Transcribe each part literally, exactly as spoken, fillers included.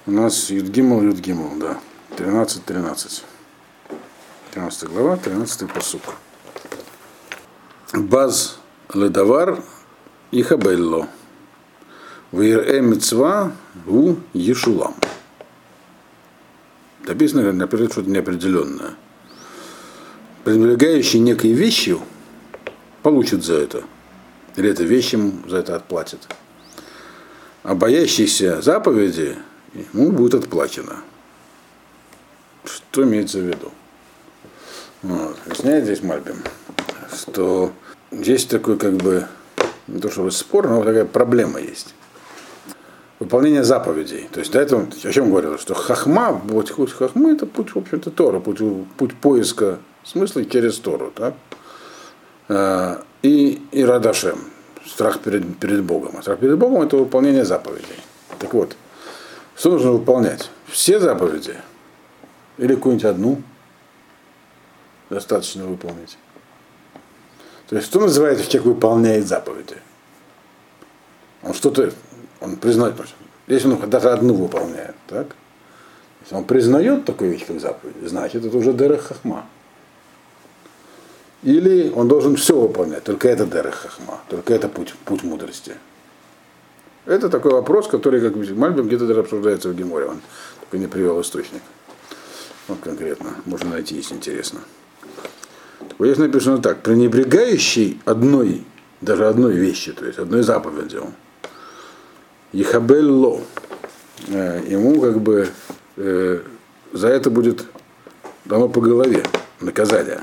У нас Юдгимл, Юдгимл, да. тринадцать тринадцать. тринадцатая глава, тринадцатый пасук. Баз ледавар и хабелло. Вирэ мицва у ешулам. Написано, например, что-то неопределенное. Пренебрегающий некой вещью получит за это. Или эта вещь ему за это отплатит. А боящийся заповеди ему будет отплачено. Что имеется в виду? Вот. Объясняет здесь Мальбим, что здесь такой как бы, не то чтобы спор, но такая проблема есть. Выполнение заповедей. То есть до этого, о чем говорилось, что хахма, путь хахмы, это путь, в общем-то, Тора, путь, путь поиска смысла через Тору. Так? И, и радашем, страх перед, перед Богом. А страх перед Богом это выполнение заповедей. Так вот, что нужно выполнять? Все заповеди? Или какую-нибудь одну достаточно выполнить? То есть, что называется, что человек выполняет заповеди? Он что-то, он признает, если он даже одну выполняет, так? Если он признает такую вещь, как заповедь, значит, это уже дерех хахма. Или он должен все выполнять, только это дерех хахма, только это путь, путь мудрости. Это такой вопрос, который, как Мальбим, где-то даже обсуждается в Геморе, он только не привел источник. Вот конкретно, можно найти, если интересно. Здесь написано так: пренебрегающий одной, даже одной вещи, то есть одной заповедью, Ехабелло, ему как бы э, за это будет дано по голове наказание.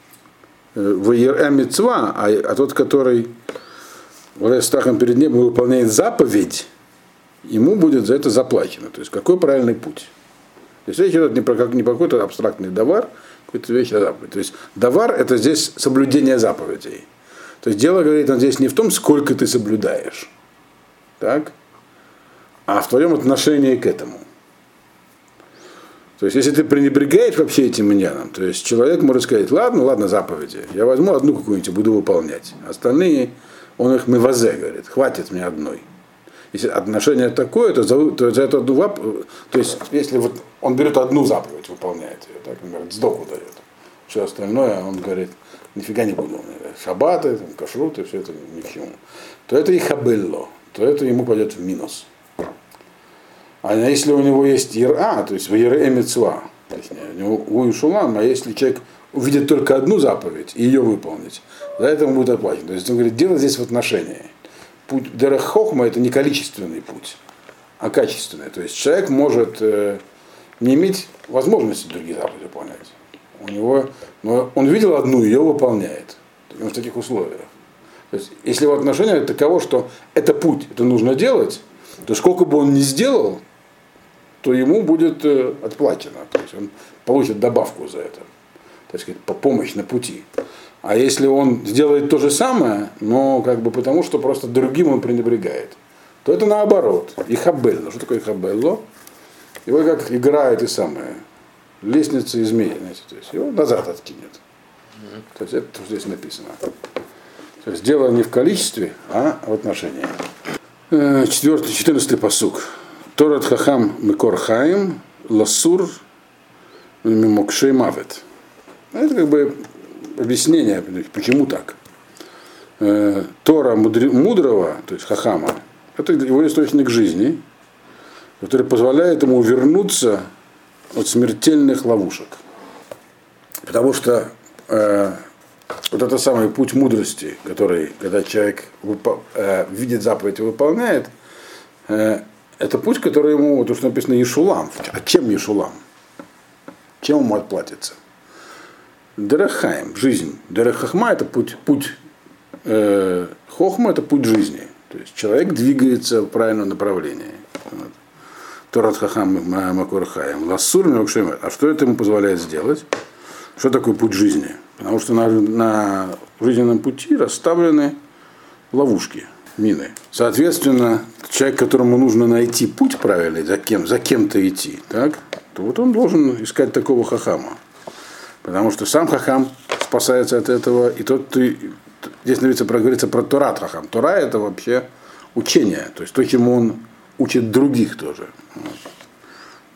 Вайер мицва, а, а тот, который владеет страхом перед небом и выполняет заповедь, ему будет за это заплачено. То есть какой правильный путь? То есть речь идет не про, как, не про какой-то абстрактный давар, какую-то вещь, а заповедь. То есть давар это здесь соблюдение заповедей. То есть дело, говорит он здесь, не в том, сколько ты соблюдаешь, так? А в твоем отношении к этому. То есть, если ты пренебрегаешь вообще этим иньяном, то есть человек может сказать: ладно, ладно, заповеди, я возьму одну какую-нибудь и буду выполнять. Остальные, он их мивазе, говорит, хватит мне одной. Если отношение такое, то за, то за эту одну заповедь, то есть, если вот он берет одну заповедь, выполняет ее, так, он говорит, сдоку дает. Все остальное, он говорит, нифига не буду. Шаббаты, там, кашруты, все это ни к чему. То это и хабелло, то это ему пойдет в минус. А если у него есть ира, то есть вайер мицва, у него уишулам, а если человек увидит только одну заповедь и ее выполнить, за это ему будет оплачено. То есть он говорит, дело здесь в отношении. Путь дерех хохма это не количественный путь, а качественный. То есть человек может э, не иметь возможности другие заповеди выполнять. У него, но он видел одну, ее выполняет. В таких условиях. То есть, если его отношение таково, что это путь, это нужно делать, то сколько бы он ни сделал, то ему будет э, отплачено. То есть он получит добавку за это, так сказать, по помощь на пути. А если он сделает то же самое, но как бы потому, что просто другим он пренебрегает, то это наоборот. И хабелло. Что такое хабелло? Его как играет и самое. Лестница и змеи, знаете, то есть его назад откинет. Mm-hmm. То есть это что здесь написано. То есть дело не в количестве, а в отношении. Четвертый, четырнадцатый пасук. Торат хахам микор хаим ласур мимокшей мавет. Это как бы объяснение, почему так. Тора мудрого, то есть хахама, это его источник жизни, который позволяет ему увернуться от смертельных ловушек. Потому что э, вот это самый путь мудрости, который, когда человек выпо- э, видит заповедь и выполняет, э, это путь, который ему, то, что написано Ешулам. А чем Ешулам? Чем ему отплатится? Дерехаим, жизнь. Дерехахма это путь, путь э, хохма это путь жизни. То есть человек двигается в правильном направлении. Вот. Торат хахам макор хаим. Лассур мимокшей. А что это ему позволяет сделать? Что такое путь жизни? Потому что на, на жизненном пути расставлены ловушки, мины. Соответственно, человек, которому нужно найти путь правильный, за кем, за кем-то идти, так, то вот он должен искать такого хахама. Потому что сам хахам спасается от этого, и тот, ты, здесь говорится про Торат хахам. Тора это вообще учение, то есть то, чему он учит других тоже. Вот.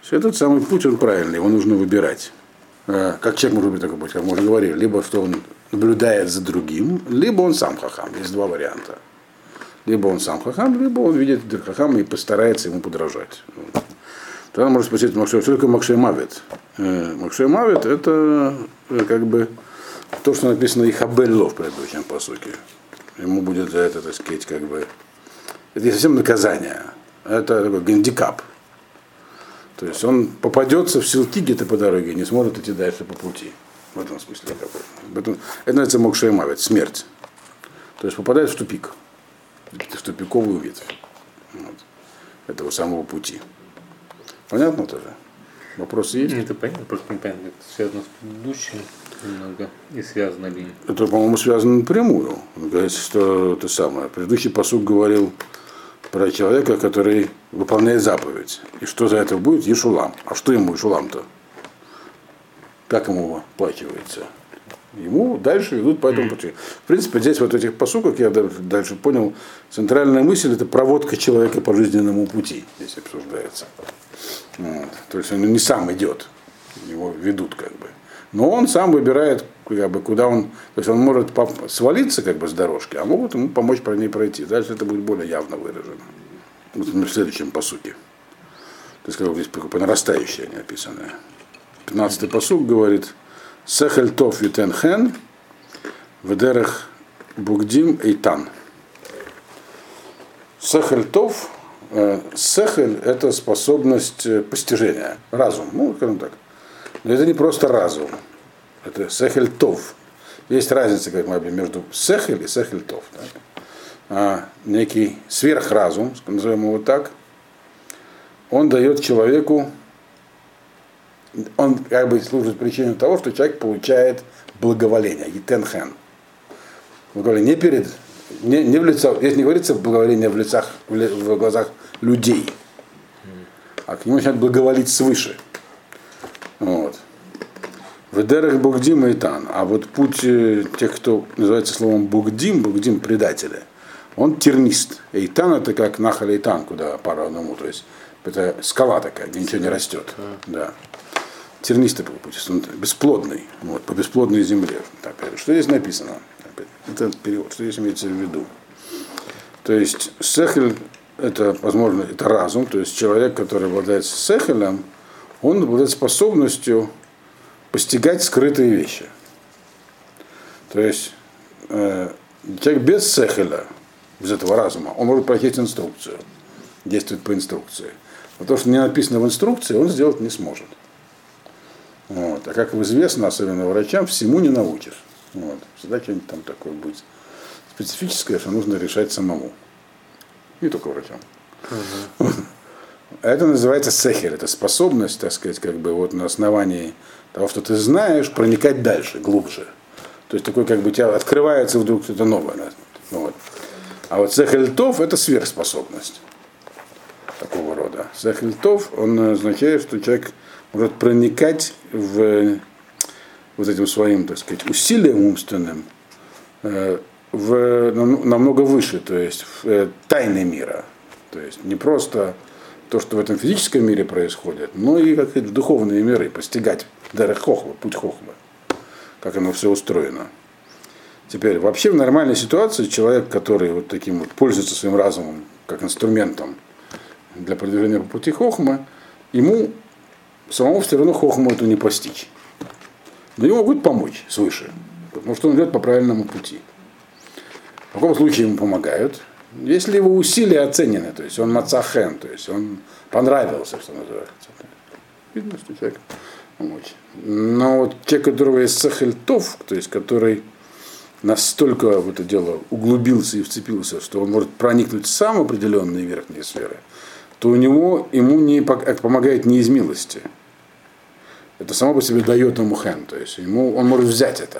Этот самый путь, он правильный, его нужно выбирать. Как человек может быть такой путь, как мы уже говорили, либо что он наблюдает за другим, либо он сам хахам. Есть два варианта. Либо он сам хахам, либо он видит хахама и постарается ему подражать. Тогда можно спросить Макшей, что такое Макшей Мавит? Макшей Мавит это как бы то, что написано Ихабелло в предыдущем посуке. Ему будет за это, так сказать, как бы. Это не совсем наказание. Это такой гандикап. То есть он попадется в селки где-то по дороге и не сможет идти дальше по пути. В этом смысле. Это называется Мокшей Мавит, смерть. То есть попадает в тупик. В тупиковую ветвь. Вот. Этого самого пути. Понятно тоже? Вопросы есть? Это понятно, просто непонятно, это связано с предыдущим немного и связано ли. Это, по-моему, связано напрямую. Он говорит, что это самое. Предыдущий пасук говорил про человека, который выполняет заповедь. И что за это будет? Ешулам. А что ему Ешулам-то? Как ему оплачивается? Ему дальше идут по этому пути. В принципе, здесь вот этих пасуках я дальше понял, центральная мысль это проводка человека по жизненному пути. Здесь обсуждается. Вот. То есть он не сам идет, его ведут как бы. Но он сам выбирает, как бы, куда он. То есть он может свалиться как бы с дорожки, а могут ему помочь по ней пройти. Дальше это будет более явно выражено. Вот в следующем пасуке. То есть как бы здесь по нарастающей они описаны. Пятнадцатый пасук говорит: Сехель тов ютен хен, ведерех бугдим эйтан. Сехель тов, сехель это способность постижения, разум, ну, скажем так. Но это не просто разум, это сехель тов. Есть разница, как мы объясним, между сехель и сехель тов. Да? А некий сверхразум, назовем его так, он дает человеку, он как бы служит причиной того, что человек получает благоволение, етенхен. Благоволение не перед, не, не в лицо, здесь не говорится благоволение в лицах, в, ли, в глазах людей, а к нему начинают благоволить свыше. Вот. Ведерех бугдим и тан. А вот путь тех, кто называется словом бугдим, бугдим предатели, он тернист. Эйтан это как нахаль эйтан, куда пара одному, то есть это скала такая, где ничего не растет. Да. Тернистый путь, он бесплодный, вот, по бесплодной земле. Так, что здесь написано? Это перевод, что здесь имеется в виду? То есть сехель это, возможно, это разум, то есть человек, который обладает сехелем, он обладает способностью постигать скрытые вещи. То есть э, человек без сехеля, без этого разума, он может пройти инструкцию, действовать по инструкции. Но то, что не написано в инструкции, он сделать не сможет. Вот. А как известно, особенно врачам, всему не научишь. Вот. Всегда что-нибудь там такое будет специфическое, что нужно решать самому. Не только врачам. Uh-huh. Это называется сехель, это способность, так сказать, как бы вот на основании того, что ты знаешь, проникать дальше, глубже. То есть такой, как бы у тебя открывается вдруг что-то новое. Вот. А вот сехель тов это сверхспособность такого рода. Сехель тов, он означает, что человек может проникать в вот этим своим, так сказать, усилием умственным э, в, намного выше, то есть в э, тайны мира. То есть не просто то, что в этом физическом мире происходит, но и как в духовные миры, постигать дарех хохма, путь хохмы, как оно все устроено. Теперь, вообще в нормальной ситуации человек, который вот таким вот пользуется своим разумом как инструментом для продвижения по пути хохмы, ему самому все равно хохму эту не постичь. Но ему могут помочь свыше, потому что он идет по правильному пути. В каком случае ему помогают? Если его усилия оценены, то есть он мацахен, то есть он понравился, что называется. Видно, что человек помочь. Но вот те, которого есть сахельтов, то есть который настолько в это дело углубился и вцепился, что он может проникнуть в самые определенные верхние сферы, то у него ему не помогает не из милости. Это само по себе дает ему хен, то есть ему, он может взять это.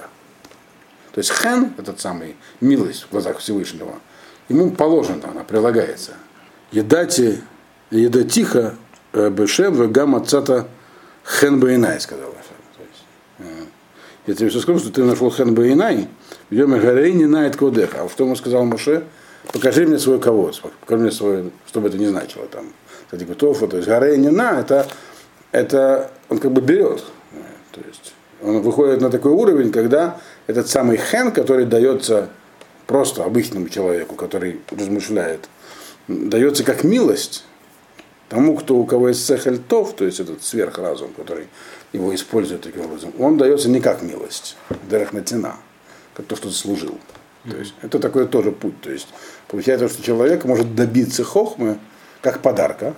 То есть хен, этот самый, милость в глазах Всевышнего, ему положено, она прилагается. Едати, едатиха бешем вегам отцата хен бейнай, сказал Ашем. Я тебе все скажу, что ты нашел хен бейнай, идем и горей не нает кодех. А что ему сказал Моше? Покажи мне свой ковод, покажи мне свой, что бы это ни значило там. Кстати, готов, то есть горей не на, это это он как бы берет. То есть он выходит на такой уровень, когда этот самый хен, который дается просто обычному человеку, который размышляет, дается как милость тому, кто, у кого есть сехель тов, то есть этот сверхразум, который его использует таким образом, он дается не как милость, дерех натина, как то, что заслужил. Mm-hmm. То есть это такой тоже путь. То есть получается, что человек может добиться хохмы как подарка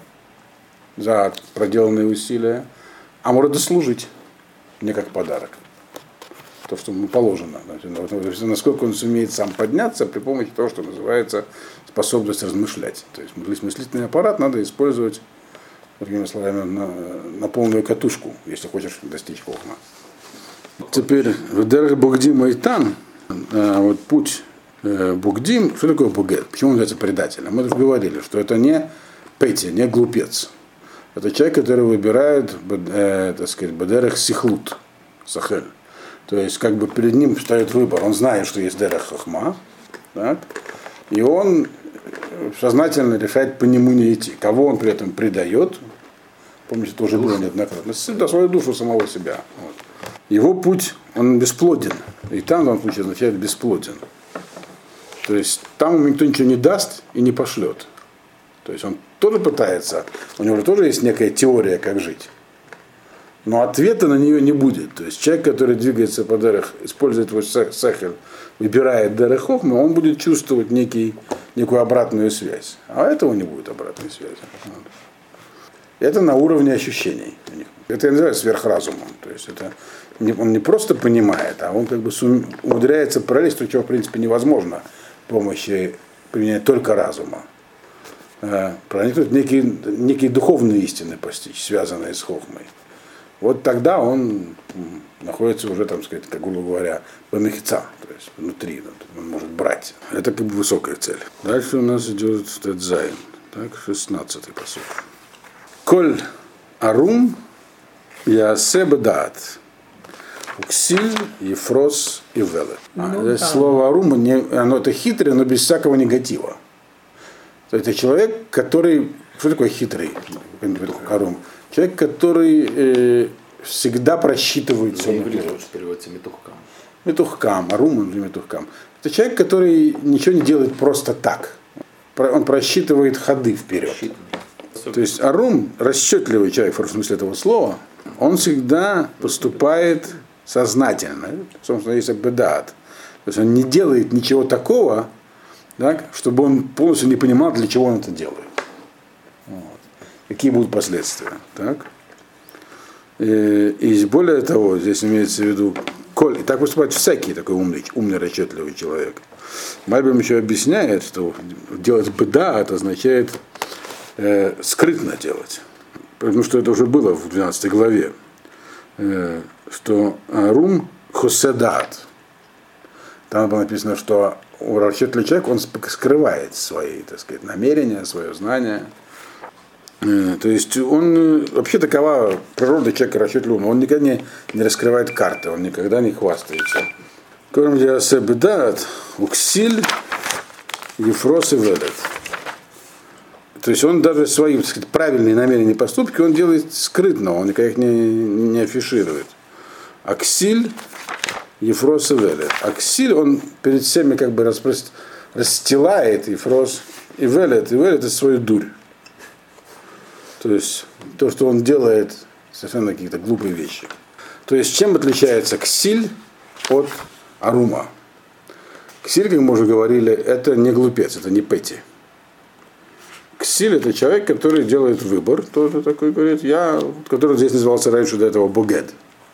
за проделанные усилия, а может дослужить не как подарок. То, что ему положено. Насколько он сумеет сам подняться при помощи того, что называется способность размышлять. То есть мыслительный аппарат надо использовать, другими словами, на, на полную катушку, если хочешь достичь хохма. Теперь в Дерех Бугдим и Тан, вот путь Бугдим, что такое Бугет? Почему он является предателем? Мы уже говорили, что это не Пети, не глупец. Это человек, который выбирает, э, так сказать, Бадерех Сихлут, Сахель. То есть, как бы перед ним стоит выбор. Он знает, что есть Дерех Хохма, так? И он сознательно решает по нему не идти. Кого он при этом предает, помните, это уже было неоднократно, да, свою душу самого себя. Вот. Его путь, он бесплоден. И там, в данном случае, означает бесплоден. То есть, там ему никто ничего не даст и не пошлет. То есть, он тоже пытается, у него тоже есть некая теория, как жить. Но ответа на нее не будет. То есть человек, который двигается по Дерех, использует свой сехель, выбирает Дерех Хохма, он будет чувствовать некий, некую обратную связь. А этого не будет обратной связи. Вот. Это на уровне ощущений. Это я называю сверхразумом. То есть это не, он не просто понимает, а он как бы сум, умудряется пролезть, то, чего в принципе невозможно с помощью применять только разума. Проникнуть некие, некие духовные истины постичь, связанные с Хохмой. Вот тогда он находится уже, там сказать, как грубо говоря, бамехица, то есть внутри, он может брать. Это как бы высокая цель. Дальше у нас идет Тедзайн, так, шестнадцатый посуд. Коль арум ясе бедаат, уксиль, ефрос и веле. А, слово арум, оно это хитрое, но без всякого негатива. Это человек, который... Что такое хитрый? Арум? Человек, который э, всегда просчитывает все наперед. Переводится метухкам. Метухкам, арум или метухкам. Это человек, который ничего не делает просто так. Он просчитывает ходы вперед. То есть арум, расчетливый человек, в смысле этого слова, он всегда поступает сознательно. Собственно, есть бедат. То есть он не делает ничего такого, так, чтобы он полностью не понимал, для чего он это делает. Вот. Какие будут последствия. Так? И, и более того, здесь имеется в виду, коль, и так поступает всякий такой умный, умный, расчетливый человек. Мальбим еще объясняет, что делать беда, это означает э, скрытно делать. Потому что это уже было в двенадцатой главе, э, что арум хоседат. Там было написано, что расчетливый человек, он скрывает свои, так сказать, намерения, свое знание. То есть он, вообще такова природа человека расчетливого, он никогда не, не раскрывает карты, он никогда не хвастается. Кроме ясе бедат, уксиль, ефрос и велет. То есть он даже свои, так сказать, правильные намерения и поступки он делает скрытно, он никогда их не, не афиширует. Аксиль, ефрос и велет. Аксиль, он перед всеми как бы распрост... расстилает ефрос и велет. И велет это свою дурь. То есть то, что он делает, совершенно какие-то глупые вещи. То есть чем отличается ксиль от арума? Ксиль, как мы уже говорили, это не глупец, это не пети. Ксиль это человек, который делает выбор, тоже такой говорит, я, который здесь назывался раньше до этого богед.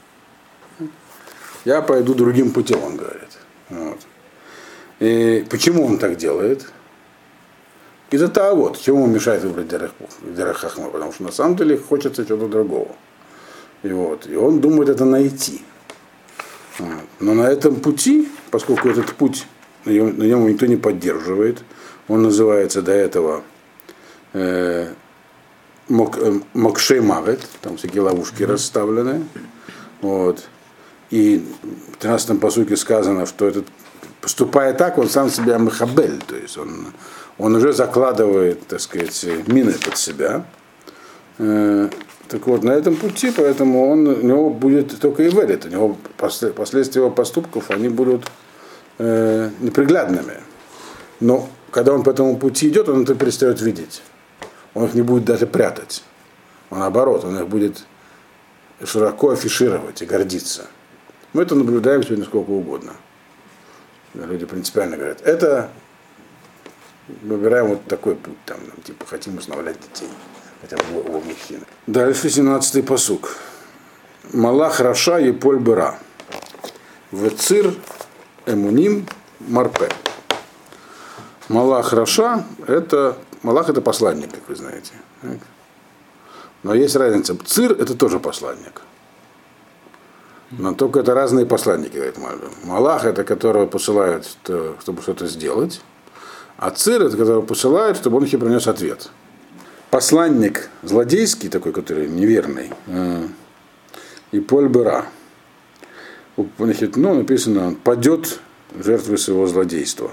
Я пойду другим путем, он говорит. Вот. И почему он так делает? Из-за того, вот, чему ему мешает выбрать Дерех Хохма, потому что на самом деле хочется чего-то другого. И, вот, и он думает это найти. Вот. Но на этом пути, поскольку этот путь, на нем, на нем никто не поддерживает, он называется до этого э, мок, э, Мокшей Мавет, там всякие ловушки mm-hmm. расставлены. Вот. И в тринадцатом пасуке сказано, что этот, поступая так, он сам себя махабель, то есть он Он уже закладывает, так сказать, мины под себя. Так вот, на этом пути, поэтому он, у него будет только ивелит, у него после, последствия его поступков, они будут э, неприглядными. Но когда он по этому пути идет, он это перестает видеть. Он их не будет даже прятать. Он наоборот, он их будет широко афишировать и гордиться. Мы это наблюдаем сегодня сколько угодно. Люди принципиально говорят, это выбираем вот такой путь, там, типа хотим усыновлять детей. Хотя бы оба мужчины. Дальше семнадцатый пасук. Малах Раша и Поль Бера. Вецир Эмуним Марпе. Малах Раша это Малах это посланник, как вы знаете. Но есть разница. Цир это тоже посланник. Но только это разные посланники, говорит Мальбим. Малах это которого посылают, чтобы что-то сделать. А цир это которого посылают, чтобы он их и принес ответ. Посланник злодейский, такой, который неверный, и Поль Бера. Ну, написано, он падет жертвой своего злодейства.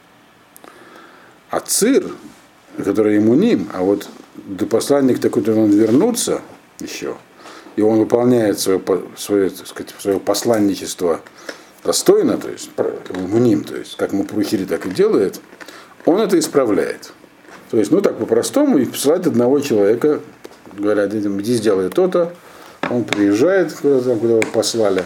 А цир, который ему ним, а вот посланник такой, который он вернуться еще, и он выполняет свое, свое, так сказать, свое посланничество достойно, то есть ему ним, то есть как Мупрухири так и делает, он это исправляет. То есть, ну так по-простому, и посылать одного человека, говорят, иди сделай то-то, он приезжает куда-то, куда его послали,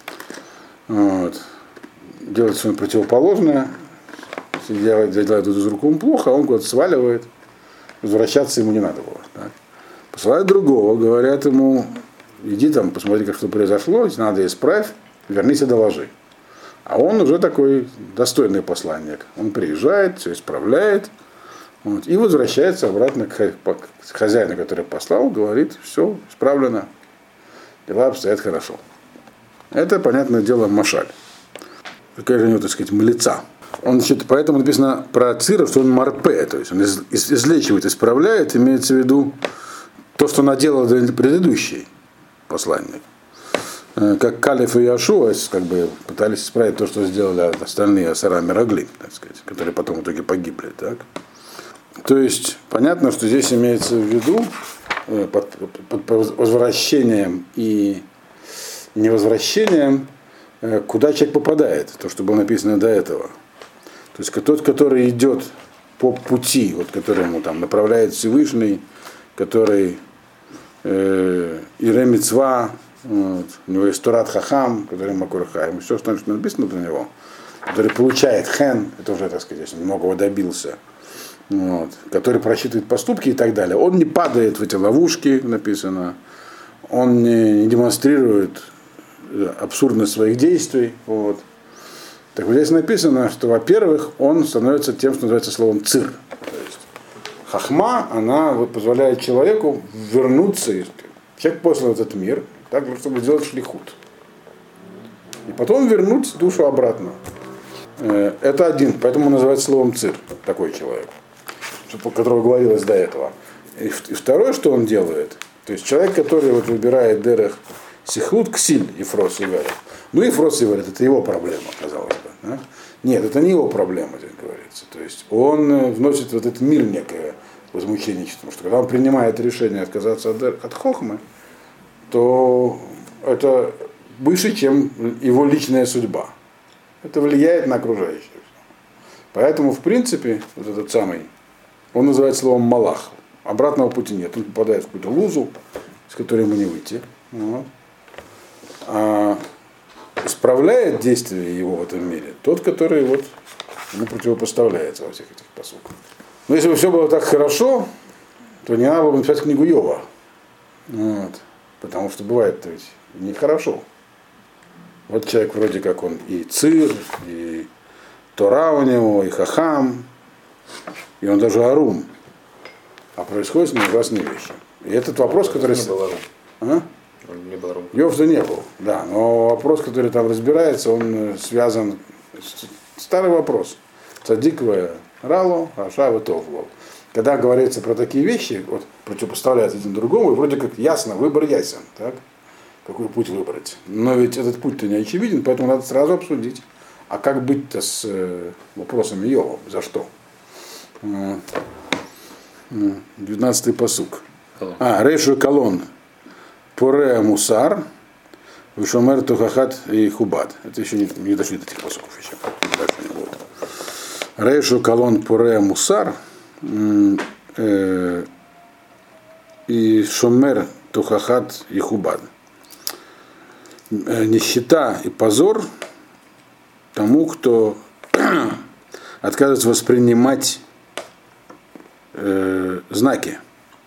вот, делает что-нибудь противоположное, делает, делает из рук ему плохо, а он куда-то сваливает, возвращаться ему не надо было. Так. Посылают другого, говорят ему, иди там, посмотри, как что произошло, если надо исправь, вернись и доложи. А он уже такой достойный посланник. Он приезжает, все исправляет, вот, и возвращается обратно к хозяину, который послал, говорит, все, исправлено, дела обстоят хорошо. Это, понятное дело, машаль. Какая же у него, так сказать, млеца. Он, значит, поэтому написано про Цира, что он марпе, то есть он из, из, излечивает, исправляет, имеется в виду то, что наделал предыдущий посланник. Как Калиф и Яшуа как бы пытались исправить то, что сделали остальные Асара Мирагли, так сказать, которые потом в итоге погибли. Так? То есть понятно, что здесь имеется в виду под, под, под возвращением и невозвращением, куда человек попадает, то, что было написано до этого. То есть тот, который идет по пути, вот, который ему там направляет Всевышний, который э, Ире Мицва, вот, у него есть Турат Хахам, который Макур Хаим, все, что написано про него, который получает хен, это уже, так сказать, если многого добился, вот, который просчитывает поступки и так далее. Он не падает в эти ловушки, написано, он не, не демонстрирует абсурдность своих действий. Вот. Так вот здесь написано, что, во-первых, он становится тем, что называется словом цир. То есть хахма, она вот позволяет человеку вернуться, человек послан в этот мир, так, чтобы сделать шлихут. И потом вернуть душу обратно. Это один, поэтому называется словом цир, такой человек, о котором говорилось до этого. И второе, что он делает, то есть человек, который вот выбирает дерех сихлут ксиль Ефрос и Верет. Ну, Ефрос и Верет, это его проблема, казалось бы. Да? Нет, это не его проблема, здесь говорится. То есть он вносит в этот мир некое возмущение, потому что когда он принимает решение отказаться от, от хохмы, то это выше, чем его личная судьба. Это влияет на окружающих. Поэтому, в принципе, вот этот самый, он называется словом малах. Обратного пути нет. Он попадает в какую-то лузу, с которой ему не выйти. Вот. А исправляет действия его в этом мире тот, который вот ему противопоставляется во всех этих посылках. Но если бы все было так хорошо, то не надо было бы написать книгу Йова. Вот. Потому что бывает ведь нехорошо. Вот человек вроде как он и цир, и Тора у него, и хахам, и он даже арум. А происходят с ним ужасные вещи. И этот вопрос, который... Не был арум. А? Он не был арум. Йов-то не был, да. Но вопрос, который там разбирается, он связан... Старый вопрос. Цадиквая ралу, ашава товло. Когда говорится про такие вещи, вот противопоставляется один другому, и вроде как ясно, выбор ясен. Так? Какой путь выбрать. Но ведь этот путь-то не очевиден, поэтому надо сразу обсудить. А как быть-то с э, вопросами Йова? За что? девятнадцатый пасук. А, Рейшу Колон. Поре Мусар, Вишомер Тухахат и Хубат. Это еще не, не дошли до этих посоков еще. Дальше не будет. Рейшу Колон Поре Мусар э, и Шомер Тухахат и Хубат. Э, нищета и позор тому, кто отказывается воспринимать э, знаки.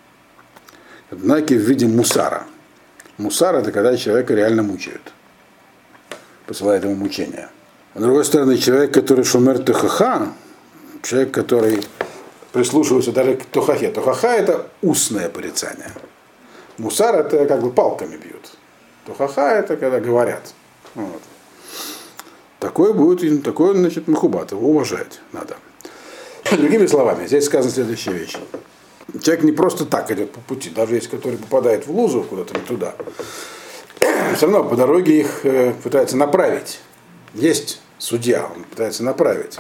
Знаки в виде мусара. Мусар — это когда человека реально мучают. Посылает ему мучения. А с другой стороны, человек, который шумер тухаха, человек, который прислушивается даже к тухахе. Тухаха — это устное порицание. Мусар — это как бы палками бьют. Тухаха — это когда говорят. Вот. Такой будет, такой, значит, махубат, его уважать надо. Другими словами, здесь сказана следующая вещь. Человек не просто так идет по пути, даже если который попадает в лузу куда-то не туда, все равно по дороге их пытается направить. Есть судья, он пытается направить.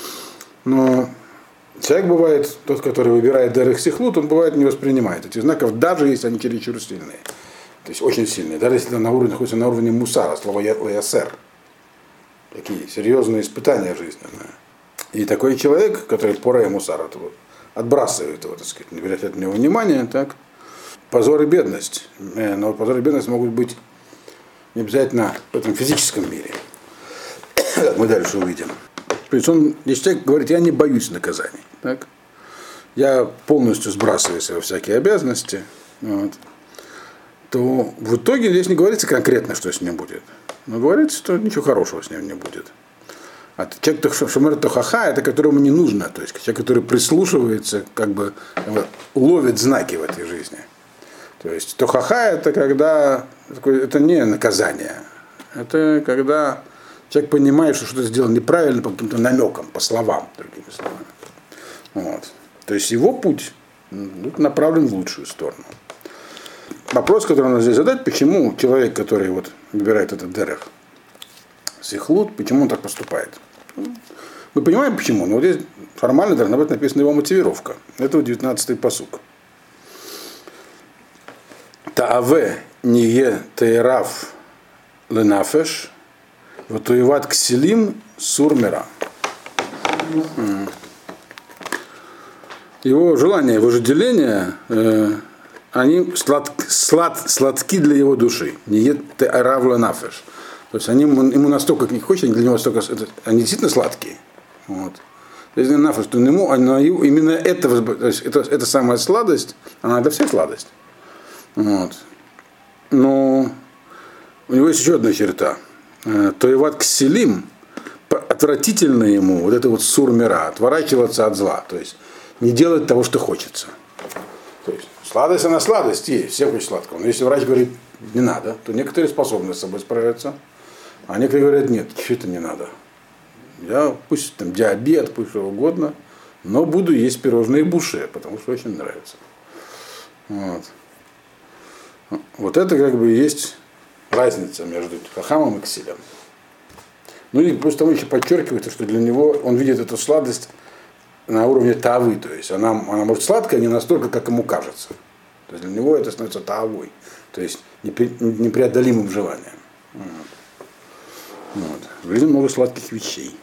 Но человек бывает, тот, который выбирает Дерех Сихлут, он бывает не воспринимает этих знаков, даже если они чересчур сильные. То есть очень сильные. Даже если на уровне, находится на уровне мусара, слова ясер. Такие серьезные испытания жизненные. И такой человек, который пора мусара, вот, отбрасывает его, так сказать, не обращает на него внимания, так. Позор и бедность. Но позор и бедность могут быть не обязательно в этом физическом мире. Как мы дальше увидим. То есть он, если человек говорит, я не боюсь наказаний, так? Я полностью сбрасываю свои всякие обязанности, вот, то в итоге здесь не говорится конкретно, что с ним будет. Но говорится, что ничего хорошего с ним не будет. А человек, шумер тухаха, это которому не нужно, то есть человек, который прислушивается, как бы ловит знаки в этой жизни. То есть тухаха — это когда, это не наказание, это когда человек понимает, что что-то сделал неправильно по каким-то намекам, по словам, другими словами. Вот. То есть его путь направлен в лучшую сторону. Вопрос, который надо здесь задать, почему человек, который вот выбирает этот дерех сихлут, почему он так поступает? Мы понимаем, почему, но вот здесь формально должна быть написана его мотивировка. Это девятнадцатый пасук. Тааве ние тейраф ленафеш ватуеват кселим сурмера. Его желание, его вожделение, э, они слад, слад, сладки для его души. Ние тейраф ленафеш. То есть они ему настолько не хочет, они для него настолько, они действительно сладкие. Вот. То есть, нафиг, что ему, именно это, то есть, это, эта самая сладость, она это вся сладость. Вот. Но у него есть еще одна черта. Тоеват кселим, отвратительно ему, вот это вот сурмера, отворачиваться от зла, то есть не делать того, что хочется. То есть сладость, она сладость есть, все хочет сладкого. Но если врач говорит, не надо, то некоторые способны с собой справиться. А некоторые говорят, нет, что это не надо. Я пусть там диабет, пусть что угодно, но буду есть пирожные буше, потому что очень нравится. Вот. Вот это как бы есть разница между хахамом и кселем. Ну и просто он еще подчеркивает, что для него он видит эту сладость на уровне тавы, то есть она, она может сладкая не настолько, как ему кажется. То есть для него это становится тавой, то есть непреодолимым желанием. Вот. Вот. В жизни много сладких вещей.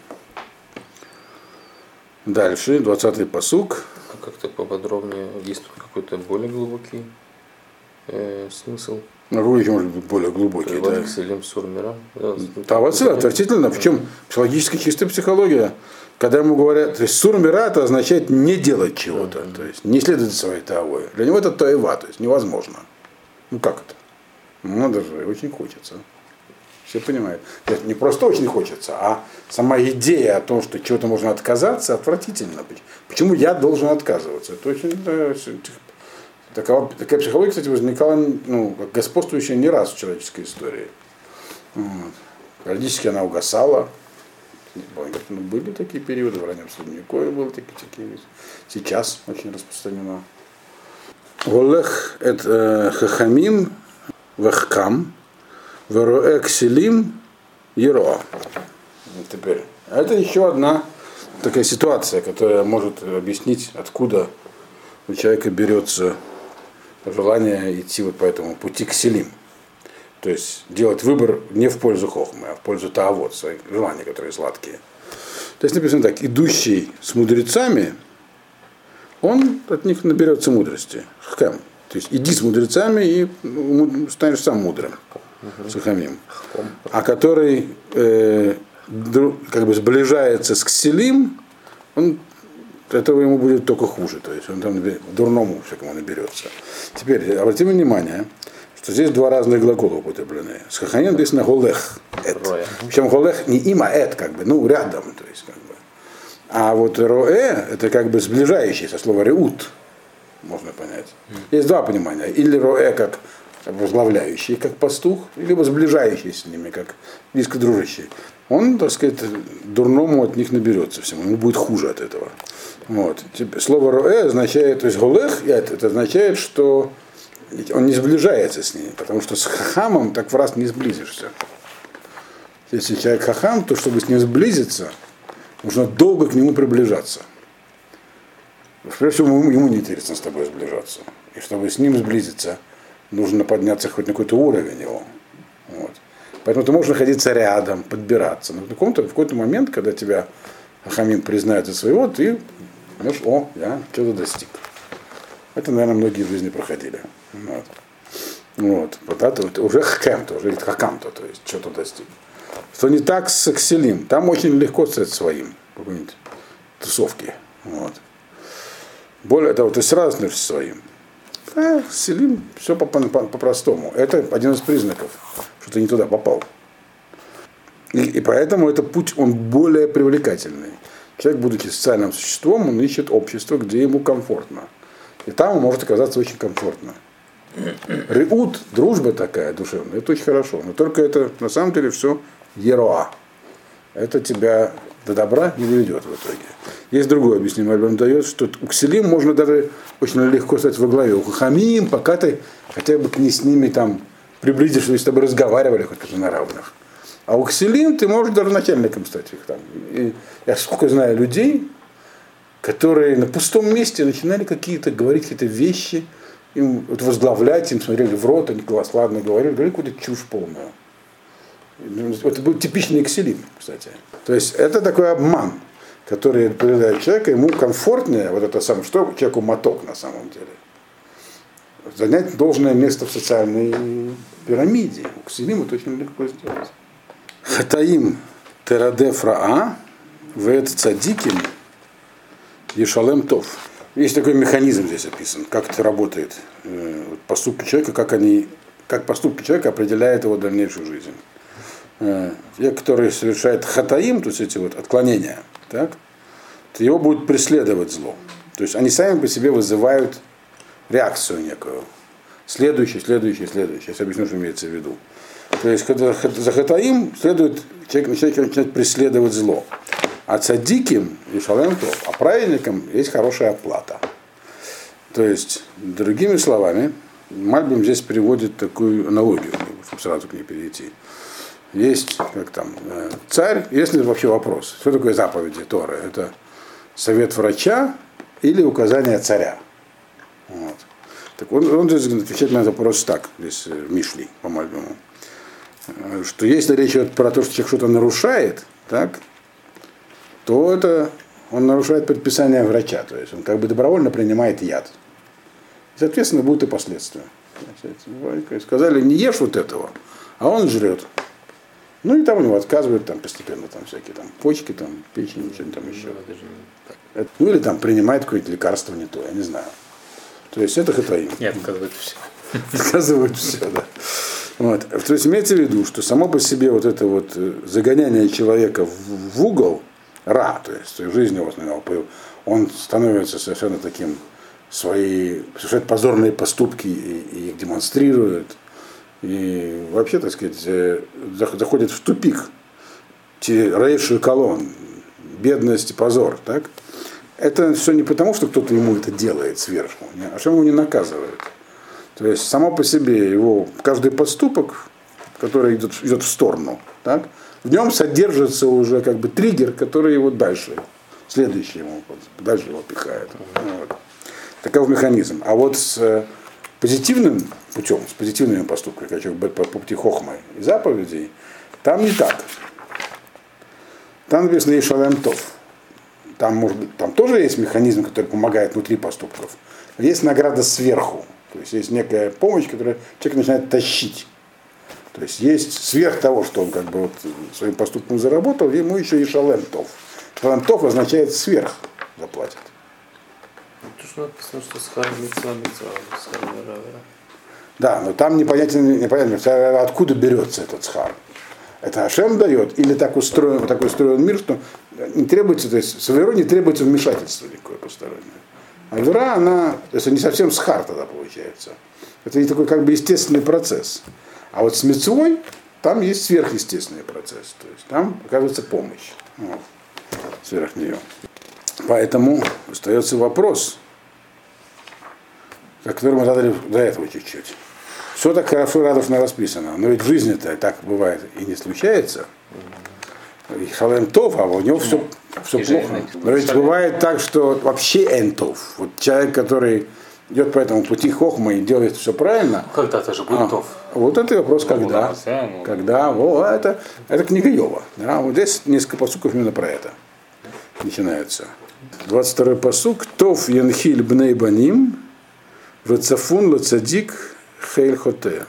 Дальше, двадцатый пасук. А как-то поподробнее, есть тут какой-то более глубокий э, смысл? Ну, какой еще может быть более глубокий? Да. Кселим сурмера. Да, вот это отвратительно. Причем психологическая чистая психология, когда ему говорят, то есть сурмера это означает не делать чего-то, mm-hmm. то есть не следовать своей тавой. Для него это тоева, то есть невозможно. Ну как это? Ну, надо же, очень хочется. Все понимают. Не просто очень хочется, а сама идея о том, что чего-то можно отказаться, отвратительно. Почему я должен отказываться? Это очень, да, такова, такая психология, кстати, возникала, ну, как господствующая не раз в человеческой истории. Вот. Периодически она угасала. Ну, были такие периоды, в раннем Средневековье были такие, такие. Сейчас очень распространено. Волех это хахамим вехкам. Вероэкселим ероа. Теперь. Это еще одна такая ситуация, которая может объяснить, откуда у человека берется желание идти вот по этому пути к селим. То есть делать выбор не в пользу хохмы, а в пользу таавот, своих желаний, которые сладкие. То есть написано так: идущий с мудрецами, он от них наберется мудрости. Хкам. То есть иди с мудрецами и станешь сам мудрым. Угу. Сахамим. А который э, как бы сближается с кселим, он, этого ему будет только хуже. То есть он там дурному всякому наберется. Теперь обратим внимание, что здесь два разных глагола употреблены. С хаханим написано голех. Причем голех не има эт, как бы, ну рядом. То есть, как бы. А вот роэ это как бы сближающийся, слово реут. Можно понять. Есть два понимания. Или роэ как возглавляющий, как пастух, либо сближающий с ними, как близко дружащий. Он, так сказать, дурному от них наберется всему, ему будет хуже от этого. Вот. Слово роэ означает, то есть голех, это, это означает, что он не сближается с ними, потому что с хахамом так в раз не сблизишься. Если человек хахам, то чтобы с ним сблизиться, нужно долго к нему приближаться. Прежде всего, ему неинтересно с тобой сближаться. И чтобы с ним сблизиться, нужно подняться хоть на какой-то уровень его. Вот. Поэтому ты можешь находиться рядом, подбираться. Но в каком-то, в какой-то момент, когда тебя хахамим признает за своего, ты думаешь: о, я что-то достиг. Это, наверное, многие в жизни проходили. Вот. Вот. Вот это, это уже хакам-то, уже хакам-то, то есть что-то достиг. Что не так с кселим. Там очень легко стать своим. В какой-нибудь тусовке. Вот. Более того, ты сразу становишься своим. А селим все по-простому. Это один из признаков, что ты не туда попал. И, и поэтому этот путь, он более привлекательный. Человек, будучи социальным существом, он ищет общество, где ему комфортно. И там он может оказаться очень комфортно. Реут, дружба такая душевная, это очень хорошо. Но только это на самом деле все ероа. Это тебя до добра не доведет в итоге. Есть другое объяснение, Альбам дает, что у кселим можно даже очень легко стать во главе. У хахамим, пока ты хотя бы к ней с ними там приблизишься, чтобы с тобой разговаривали хоть как-то на равных. А у кселим ты можешь даже начальником стать их там. И я сколько знаю людей, которые на пустом месте начинали какие-то говорить какие-то вещи, им вот возглавлять, им смотрели в рот, они ладно говорили, говорили какую-то чушь полную. Это был типичный кселим, кстати. То есть это такой обман, который придает человека, ему комфортнее, вот это самое, что человеку моток на самом деле. Занять должное место в социальной пирамиде. У кселим это очень легко сделать. Хатаим терадеф раа вэт цадиким ешалем тов. Есть такой механизм здесь описан, как это работает, поступки человека, как они, как поступки человека определяют его дальнейшую жизнь. Те, которые совершают хатаим, то есть эти вот отклонения, так, то его будет преследовать зло. То есть они сами по себе вызывают реакцию некую. Следующий, следующий, следующий. Сейчас объясню, что имеется в виду. То есть, когда за хатаим следует человек начинает преследовать зло. А цадиким и шалемтов, а праведникам есть хорошая оплата. То есть, другими словами, Мальбим здесь приводит такую аналогию, чтобы сразу к ней перейти. Есть, как там, царь, если вообще вопрос, что такое заповеди Торы? Это совет врача или указание царя? Вот. Так он, он здесь отвечает на этот вопрос так, здесь в Мишли, по Мальбиму, что если речь идет про то, что человек что-то нарушает, так, то это он нарушает предписание врача, то есть он как бы добровольно принимает яд. И, соответственно, будут и последствия. Сказали, не ешь вот этого, а он жрет. Ну и там у него отказывают там, постепенно там, всякие там, почки, там, печень, что-нибудь там еще. Ну или там принимает какое-то лекарство не то, я не знаю. То есть это хатаим. Нет, отказывают все. Отказывают все, да. Вот. То есть имеется в виду, что само по себе вот это вот загоняние человека в, в угол, ра, то есть в жизни вот, он становится совершенно таким, свои совершает позорные поступки и, и их демонстрирует. И вообще, так сказать, заходит в тупик, рейший колонн, бедность и позор, так? Это все не потому, что кто-то ему это делает сверху, а что его не наказывает. То есть само по себе его каждый поступок, который идет, идет в сторону, так, в нем содержится уже как бы триггер, который его дальше, следующий ему, дальше его пихает. Вот. Таков механизм. А вот с позитивным путем, с позитивными поступками, как человек по, по пути хохмы и заповедей, там не так. Там написано Ешалем Тов. Там, может быть, там тоже есть механизм, который помогает внутри поступков. Есть награда сверху. То есть есть некая помощь, которая человек начинает тащить. То есть есть сверх того, что он как бы вот своим поступком заработал, ему еще и Ешалем Тов. Ешалем Тов означает сверх заплатит. Тут же написано, что схар митцва митцва, схар мирава. Да, но там непонятно, непонятно, откуда берется этот схар. Это Ашем дает, или так устроен, такой устроен мир, что не требуется, то есть с аверой не требуется вмешательство никакое постороннее. Авера, она, то есть не совсем схар тогда получается. Это такой как бы естественный процесс. А вот с мицвой там есть сверхъестественный процесс. То есть там оказывается помощь вот, сверх нее. Поэтому остается вопрос, который мы задали до этого чуть-чуть. Все так хорошо и радостно расписано, но ведь в жизни-то так бывает и не случается. И Шалем Тов, а у него все, все плохо. Но ведь бывает так, что вообще энтов. Вот человек, который идет по этому пути хохма и делает все правильно. Когда-то же будет а, тов. Вот это вопрос, ну, когда. Да, ну, когда, о, это, это книга Йова. Да, вот здесь несколько пасуков именно про это начинается. двадцать второй пасук. Тов янхиль бней баним, вецафун лацадик хейль хоте.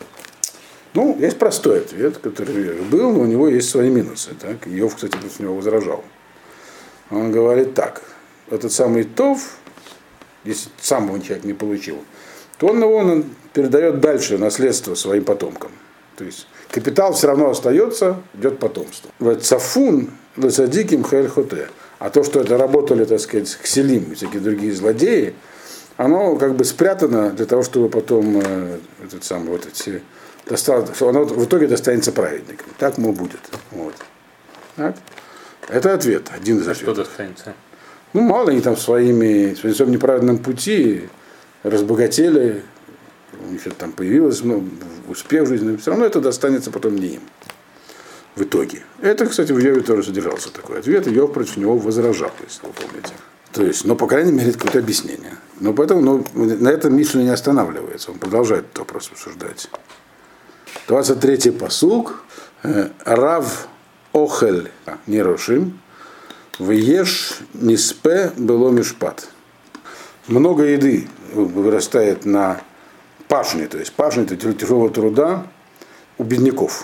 Ну, есть простой ответ, который был, но у него есть свои минусы. Так? Йов, кстати, с него возражал. Он говорит так. Этот самый Тов, если сам он человек не получил, то он его он передает дальше наследство своим потомкам. То есть капитал все равно остается, идет потомство. Цафун лесадиким хейль хоте. А то, что это работали, так сказать, кселим и всякие другие злодеи, оно как бы спрятано для того, чтобы потом э, этот самый, вот эти, достал, оно в итоге достанется праведникам. Так, мол, будет. Вот. Так? Это ответ, один из а ответов. Что достанется? Ну, мало они там своими, в своем неправедном пути разбогатели, у них что-то там появилось, ну, успех в жизни, все равно это достанется потом не им. В итоге. Это, кстати, в Йове тоже содержался такой ответ, и Йов против него возражал, если вы помните. То есть, ну, по крайней мере, это какое-то объяснение. Но поэтому ну, на этом Мишна не останавливается, он продолжает этот вопрос обсуждать. двадцать третий пасук. Рав охель нерошим, вееш ниспе было мишпат. Много еды вырастает на пашне, то есть пашня это тяжелого труда у бедняков.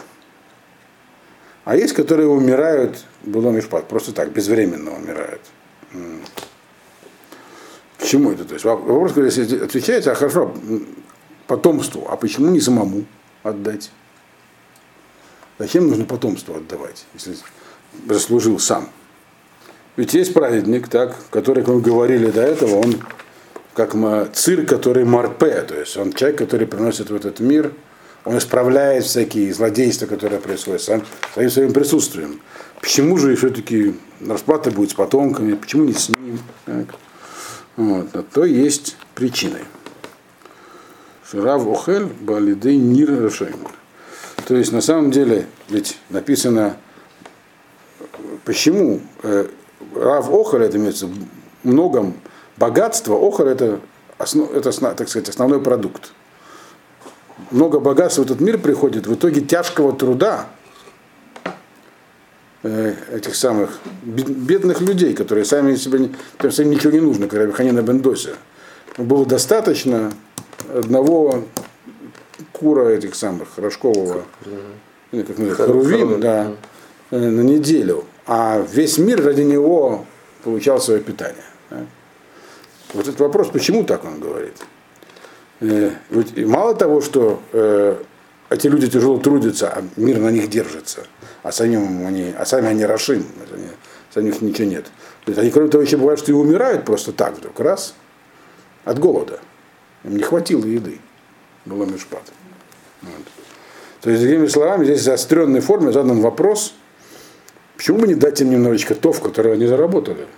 А есть, которые умирают, было мишпат, просто так, безвременно умирают. Почему это? То есть вопрос, если отвечаете, а хорошо, потомству, а почему не самому отдать? Зачем нужно потомство отдавать, если заслужил сам? Ведь есть праведник, так, который, как мы говорили до этого, он как цир, который марпе, то есть он человек, который приносит в этот мир, он исправляет всякие злодейства, которые происходят сам, своим своим присутствием. Почему же все-таки расплата будет с потомками, почему не с ним? Так? Вот, а то есть причины. Ширав охель балидей нир рашем. То есть на самом деле ведь написано, почему э, Рав охель, это имеется в многом богатство, охель это, основ, это так сказать, основной продукт. Много богатства в этот мир приходит в итоге тяжкого труда э, этих самых бедных людей, которые сами себе не, им ничего не нужно, как Рабиханина бен Дося. Было достаточно одного кура этих самых рожкового, или как называется, харувим, да, на неделю, а весь мир ради него получал свое питание. Да. Вот этот вопрос, почему так он говорит? И мало того, что э, эти люди тяжело трудятся, а мир на них держится, а, самим они, а сами они рашим, они, самих ничего нет. Ведь они, кроме того, еще бывает, что и умирают просто так вдруг, раз, от голода. Им не хватило еды. Было мишпат. Вот. То есть, другими словами, здесь в заостренной форме задан вопрос, почему бы не дать им немножечко тов, которые они заработали?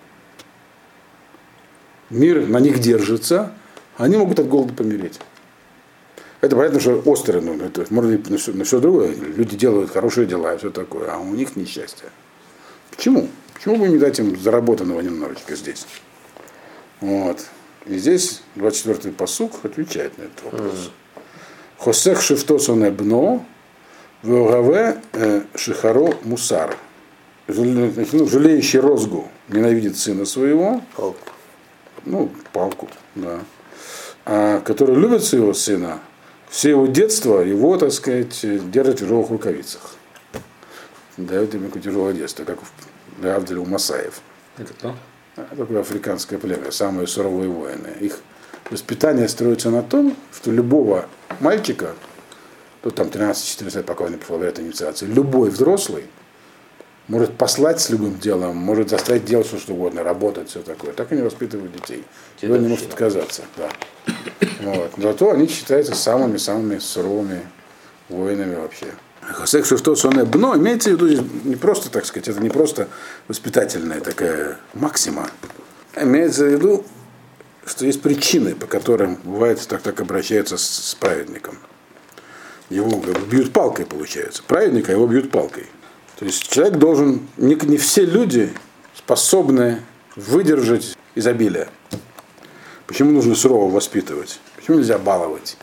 Мир на них держится, они могут от голода помереть. Это понятно, что острое, ну, это можно и на все, на все другое. Люди делают хорошие дела и все такое, а у них несчастье. Почему? Почему бы не дать им заработанного немножечко здесь? Вот. И здесь двадцать четвёртый пасук отвечает на этот вопрос. Хосех шифтосон эбно, вегаве шихаро мусар. Жалеющий розгу ненавидит сына своего. Палку. Ну, палку, да. А который любит своего сына, все его детство, его, так сказать, держит в тяжелых рукавицах. Дает ему какое тяжелое детство, как в Авделе у Масаев. Это кто? Такое африканское племя, самые суровые воины. Их воспитание строится на том, что любого мальчика, тут там тринадцать-четырнадцать лет, пока он не прошел вариант инициации, любой взрослый может послать с любым делом, может заставить делать все, что угодно, работать, все такое. Так они воспитывают детей. И он не может отказаться. Да. Вот. Зато они считаются самыми-самыми суровыми воинами вообще. Хосех шифтосон эбно имеется в виду не просто, так сказать, это не просто воспитательная такая максима. Имеется в виду, что есть причины, по которым бывает так так обращаются с, с праведником. Его бьют палкой, получается. Праведника его бьют палкой. То есть человек должен, не, не все люди способны выдержать изобилие. Почему нужно сурово воспитывать? Почему нельзя баловать?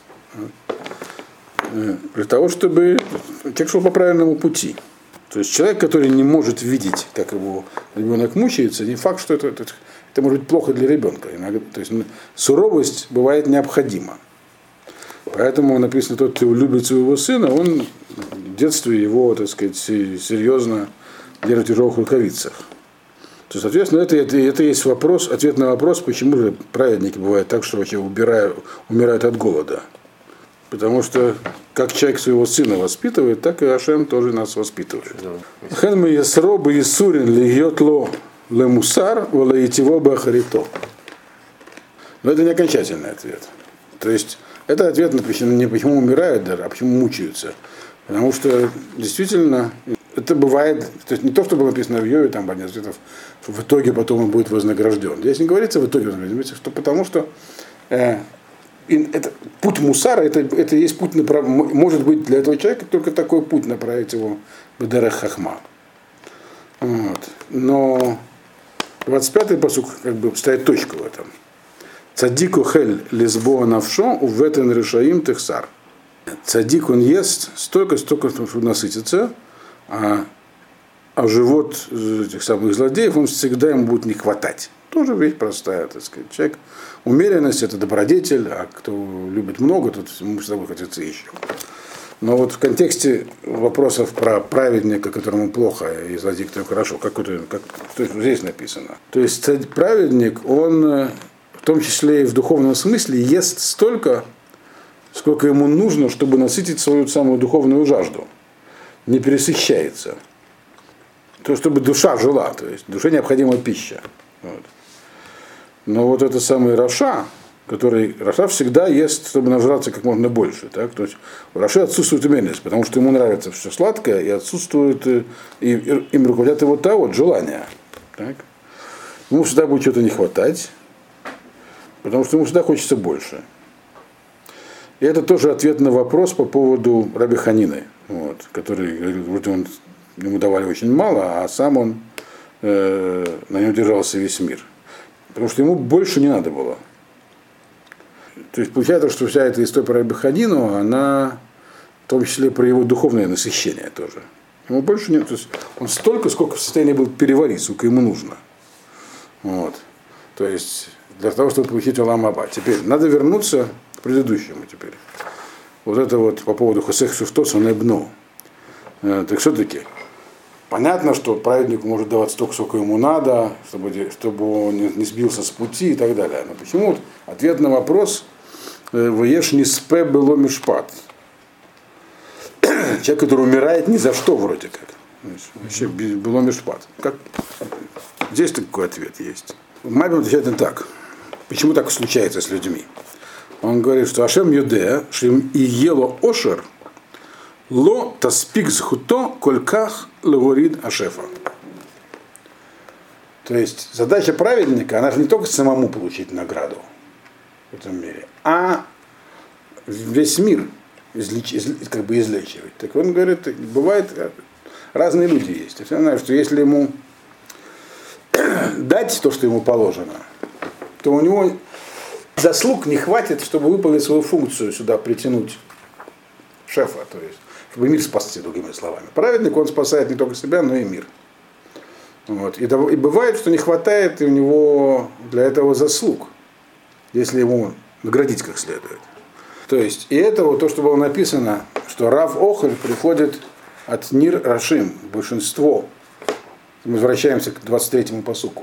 Для того, чтобы человек шел по правильному пути. То есть человек, который не может видеть, как его ребенок мучается, не факт, что это, это, это может быть плохо для ребенка. Иногда, то есть суровость бывает необходима. Поэтому написано, тот, кто любит своего сына, он в детстве его, так сказать, серьезно держит в тяжелых рукавицах. То, соответственно, это, это, это есть вопрос, ответ на вопрос, почему же праведники бывают так, что вообще убирают, умирают от голода. Потому что как человек своего сына воспитывает, так и Ашем тоже нас воспитывает. Хен мы есро бы есурин льет ло ле мусар валаитиво бы ахарито. Но это не окончательный ответ. То есть это ответ на почему, не почему умирают даже, а почему мучаются. Потому что действительно это бывает, то есть не то, что было написано в Йове, там один ответов, в итоге потом он будет вознагражден. Здесь не говорится в итоге вознагражден, что потому что э, это, путь мусара, это, это есть путь, направ... может быть для этого человека только такой путь направить его в Дерех Хахма. Вот. Но двадцать пятый пасук как бы ставит точку в этом. Цадику хель лизбоа навшо уветен решаим техсар. Цадик он ест столько, столько, чтобы насытиться, а, а живот этих самых злодеев, он всегда ему будет не хватать. Тоже вещь простая, так сказать. Человек, умеренность это добродетель, а кто любит много, тот ему всегда будет хотеться еще. Но вот в контексте вопросов про праведника, которому плохо, и злодей, которому хорошо, как, это, как что здесь написано. То есть праведник, он в том числе и в духовном смысле ест столько, сколько ему нужно, чтобы насытить свою самую духовную жажду. Не пересыщается. То, чтобы душа жила, то есть душе необходима пища. Вот. Но вот это самый Раша, который Раша всегда ест, чтобы нажраться как можно больше. Так? То есть у Раши отсутствует умеренность, потому что ему нравится все сладкое, и отсутствует, и, и им руководят его та вот желание. Так? Ему всегда будет что-то не хватать, потому что ему всегда хочется больше. И это тоже ответ на вопрос по поводу Раби Ханины, вот, который говорил, вроде он, ему давали очень мало, а сам он э, на нем держался весь мир. Потому что ему больше не надо было. То есть получается, что вся эта история про Раби Ханину, она в том числе про его духовное насыщение тоже. Ему больше нет. То есть он столько, сколько в состоянии был переварить, сколько ему нужно. Вот. То есть для того, чтобы получить Олам Аба. Теперь надо вернуться к предыдущему теперь. Вот это вот по поводу Хосех Шифтоса Небно. Так все-таки понятно, что праведнику может давать столько, сколько ему надо, чтобы, чтобы он не сбился с пути и так далее. Но почему? Ответ на вопрос «Ваеш не спе было мишпат». Человек, который умирает ни за что вроде как. Вообще было мишпат. Как? Здесь такой ответ есть. Мальбим отвечает не так. Почему так случается с людьми? Он говорит, что Ашем Юдея, Шим и ело ошер, ло таспик зхуто кольках леворид ашефа. То есть задача праведника, она же не только самому получить награду в этом мире, а весь мир излеч, из, как бы излечивать. Так он говорит, бывает, разные люди есть. Я знаю, что если ему дать то, что ему положено, то у него Заслуг не хватит, чтобы выполнить свою функцию, сюда притянуть шефа, то есть, чтобы мир спасти, другими словами. Праведник, он спасает не только себя, но и мир. Вот. И, и бывает, что не хватает у него для этого заслуг, если ему наградить как следует. То есть, и это вот то, что было написано, что Рав Охель приходит от Нир Рашим, большинство. Мы возвращаемся к двадцать третьему пасуку.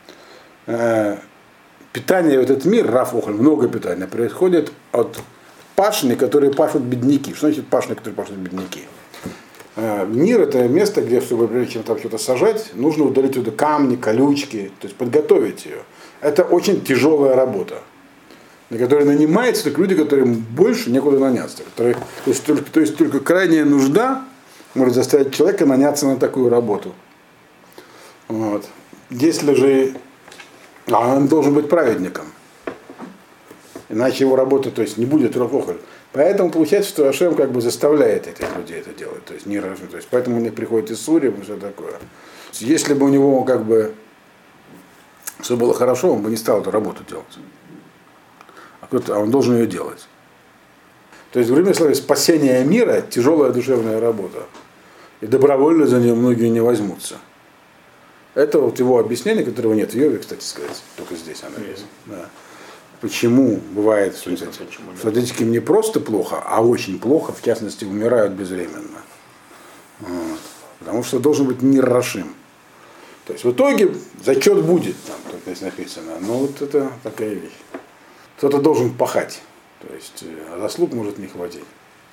Питание в этот мир, Рав Охель, много питания, происходит от пашни, которые пашут бедняки. Что значит пашни, которые пашут бедняки? Нир — это место, где, чтобы прежде чем там что-то сажать, нужно удалить туда камни, колючки, то есть подготовить ее. Это очень тяжелая работа, на которой нанимаются только люди, которым больше некуда наняться. Которые, то, есть, только, то есть только крайняя нужда может заставить человека наняться на такую работу. Вот. Если же а он должен быть праведником, иначе его работа, то есть, не будет Рав Охель. Поэтому получается, что Ашем как бы заставляет этих людей это делать. То есть, не, то есть поэтому у них приходит Иссурим и все такое. Если бы у него как бы все было хорошо, он бы не стал эту работу делать. А, а он должен ее делать. То есть, в другими словами, спасение мира – тяжелая душевная работа. И добровольно за нее многие не возьмутся. Это вот его объяснение, которого нет в Йове, кстати сказать. Только здесь оно есть. Да. Почему бывает, что статистическим не просто плохо, а очень плохо, в частности, умирают безвременно. Вот. Потому что должен быть мир Рашим. То есть в итоге зачет будет, там только здесь написано, но вот это такая вещь. Кто-то должен пахать, то есть а заслуг может не хватить.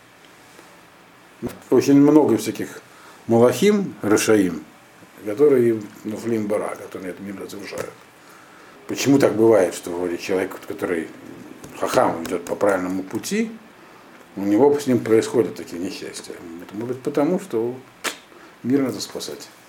Очень много всяких малахим, решаим, которые нуфлим бара, которые этот мир разрушают. Почему так бывает, что вроде человек, который хахам идет по правильному пути, у него с ним происходят такие несчастья? Это может быть потому, что мир надо спасать.